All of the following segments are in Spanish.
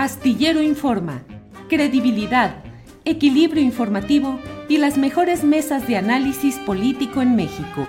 Astillero Informa, credibilidad, equilibrio informativo y las mejores mesas de análisis político en México.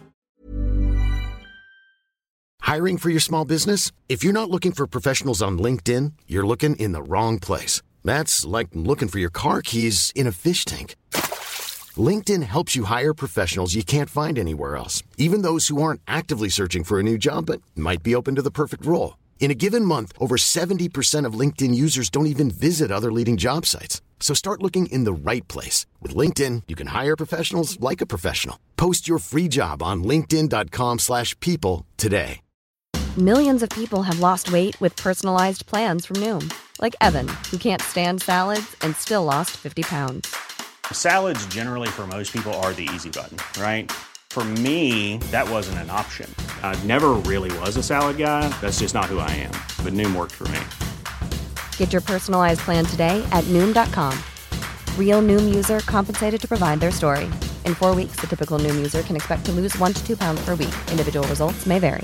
Hiring for your small business? If you're not looking for professionals on LinkedIn, you're looking in the wrong place. That's like looking for your car keys in a fish tank. LinkedIn helps you hire professionals you can't find anywhere else, even those who aren't actively searching for a new job but might be open to the perfect role. In a given month, over 70% of LinkedIn users don't even visit other leading job sites. So start looking in the right place. With LinkedIn, you can hire professionals like a professional. Post your free job on linkedin.com/people today. Millions of people have lost weight with personalized plans from Noom. Like Evan, who can't stand salads and still lost 50 pounds. Salads generally for most people are the easy button, right? For me, that wasn't an option. I never really was a salad guy. That's just not who I am. But Noom worked for me. Get your personalized plan today at Noom.com. Real Noom user compensated to provide their story. In 4 weeks, the typical Noom user can expect to lose 1 to 2 pounds per week. Individual results may vary.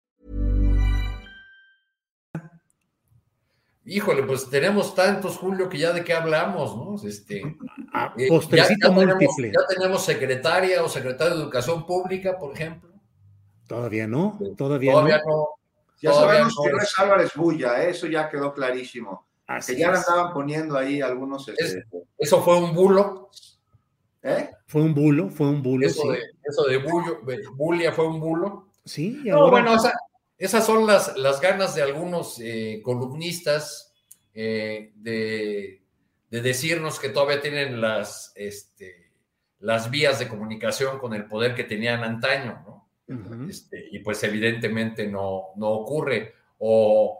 Híjole, pues tenemos tantos, Julio, que ya de qué hablamos, ¿no? Postrecito múltiple. Ya tenemos secretaria o secretario de Educación Pública, por ejemplo. Todavía no. Ya sabemos que no es Álvarez Bulla, eso ya quedó clarísimo. Así que ya es. le andaban poniendo ahí algunos... Eso fue un bulo. Fue un bulo, Eso sí. de bulia fue un bulo. Sí, y ahora... bueno, esas son las ganas de algunos columnistas de decirnos que todavía tienen las vías de comunicación con el poder que tenían antaño, ¿no? Uh-huh. Y pues evidentemente no ocurre. O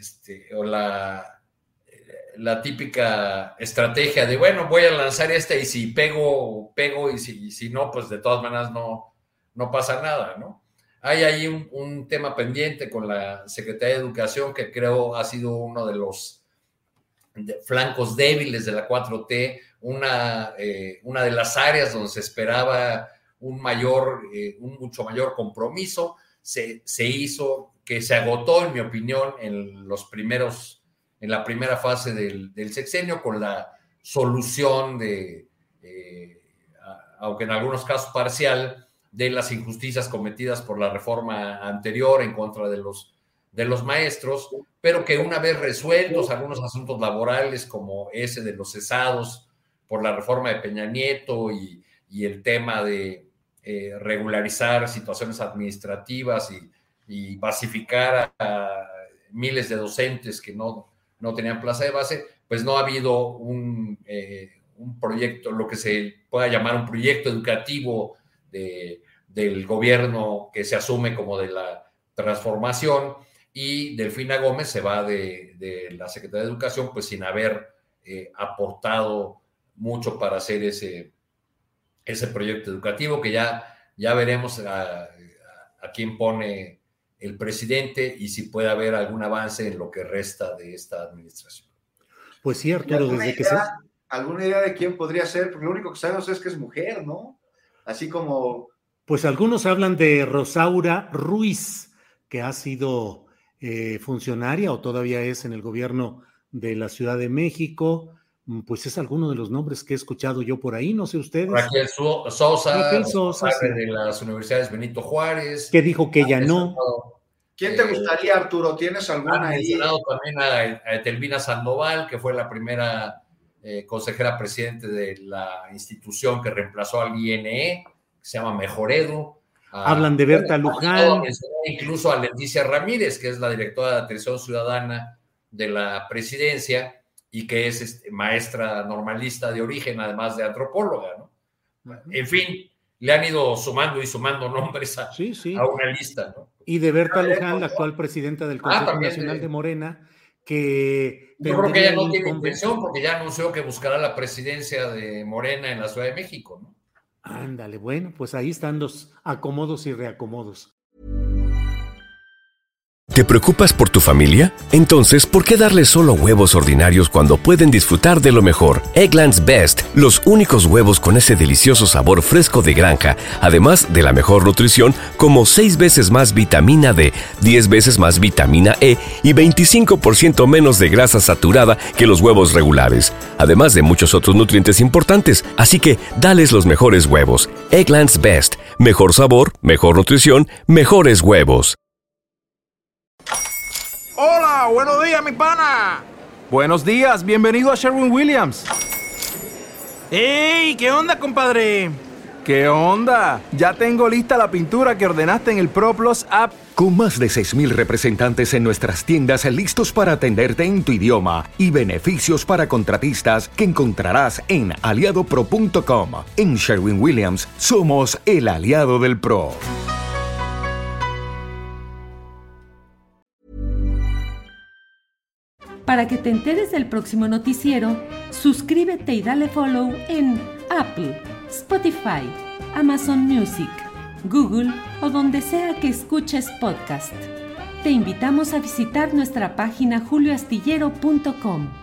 la típica estrategia de, bueno, voy a lanzar y si pego, y si no, pues de todas maneras no pasa nada, ¿no? Hay ahí un tema pendiente con la Secretaría de Educación que creo ha sido uno de los flancos débiles de la 4T, una de las áreas donde se esperaba un mucho mayor compromiso. Se hizo, que se agotó, en mi opinión, en la primera fase del sexenio, con la solución aunque en algunos casos parcial, de las injusticias cometidas por la reforma anterior en contra de los maestros, pero que una vez resueltos algunos asuntos laborales como ese de los cesados por la reforma de Peña Nieto y el tema de regularizar situaciones administrativas y pacificar a miles de docentes que no tenían plaza de base, pues no ha habido un proyecto, lo que se pueda llamar un proyecto educativo del gobierno que se asume como de la transformación, y Delfina Gómez se va de la Secretaría de Educación pues sin haber aportado mucho para hacer ese proyecto educativo, que ya veremos a quién pone el presidente y si puede haber algún avance en lo que resta de esta administración. Pues sí, Arturo, desde que ¿Alguna idea de quién podría ser? Porque lo único que sabemos es que es mujer, ¿no? Así como... Pues algunos hablan de Rosaura Ruiz, que ha sido funcionaria o todavía es en el gobierno de la Ciudad de México. Pues es alguno de los nombres que he escuchado yo por ahí, no sé ustedes. Raquel Sosa, sí, de las universidades Benito Juárez. Que dijo que ya no. ¿Quién te gustaría, Arturo? ¿Tienes alguna ahí? Mencionado también a Etelvina Sandoval, que fue la primera consejera presidente de la institución que reemplazó al INE, que se llama Mejor Edu. Hablan de Berta Luján. Incluso a Leticia Ramírez, que es la directora de Atención Ciudadana de la presidencia y que es maestra normalista de origen, además de antropóloga, ¿no? En fin, le han ido sumando nombres a una lista, ¿no? Y de Berta Luján, la actual presidenta del Consejo Nacional de Morena, que... Yo creo que ella no tiene intención, porque ya anunció que buscará la presidencia de Morena en la Ciudad de México, ¿no? Ándale, bueno, pues ahí están los acomodos y reacomodos. ¿Te preocupas por tu familia? Entonces, ¿por qué darles solo huevos ordinarios cuando pueden disfrutar de lo mejor? Eggland's Best, los únicos huevos con ese delicioso sabor fresco de granja, además de la mejor nutrición, como 6 veces más vitamina D, 10 veces más vitamina E y 25% menos de grasa saturada que los huevos regulares, además de muchos otros nutrientes importantes. Así que, dales los mejores huevos. Eggland's Best, mejor sabor, mejor nutrición, mejores huevos. Hola, buenos días, mi pana. Buenos días, bienvenido a Sherwin-Williams. ¡Ey! ¿Qué onda, compadre? ¿Qué onda? Ya tengo lista la pintura que ordenaste en el ProPlus app. Con más de 6,000 representantes en nuestras tiendas listos para atenderte en tu idioma y beneficios para contratistas que encontrarás en aliadopro.com. En Sherwin-Williams somos el aliado del pro. Para que te enteres del próximo noticiero, suscríbete y dale follow en Apple, Spotify, Amazon Music, Google o donde sea que escuches podcast. Te invitamos a visitar nuestra página julioastillero.com.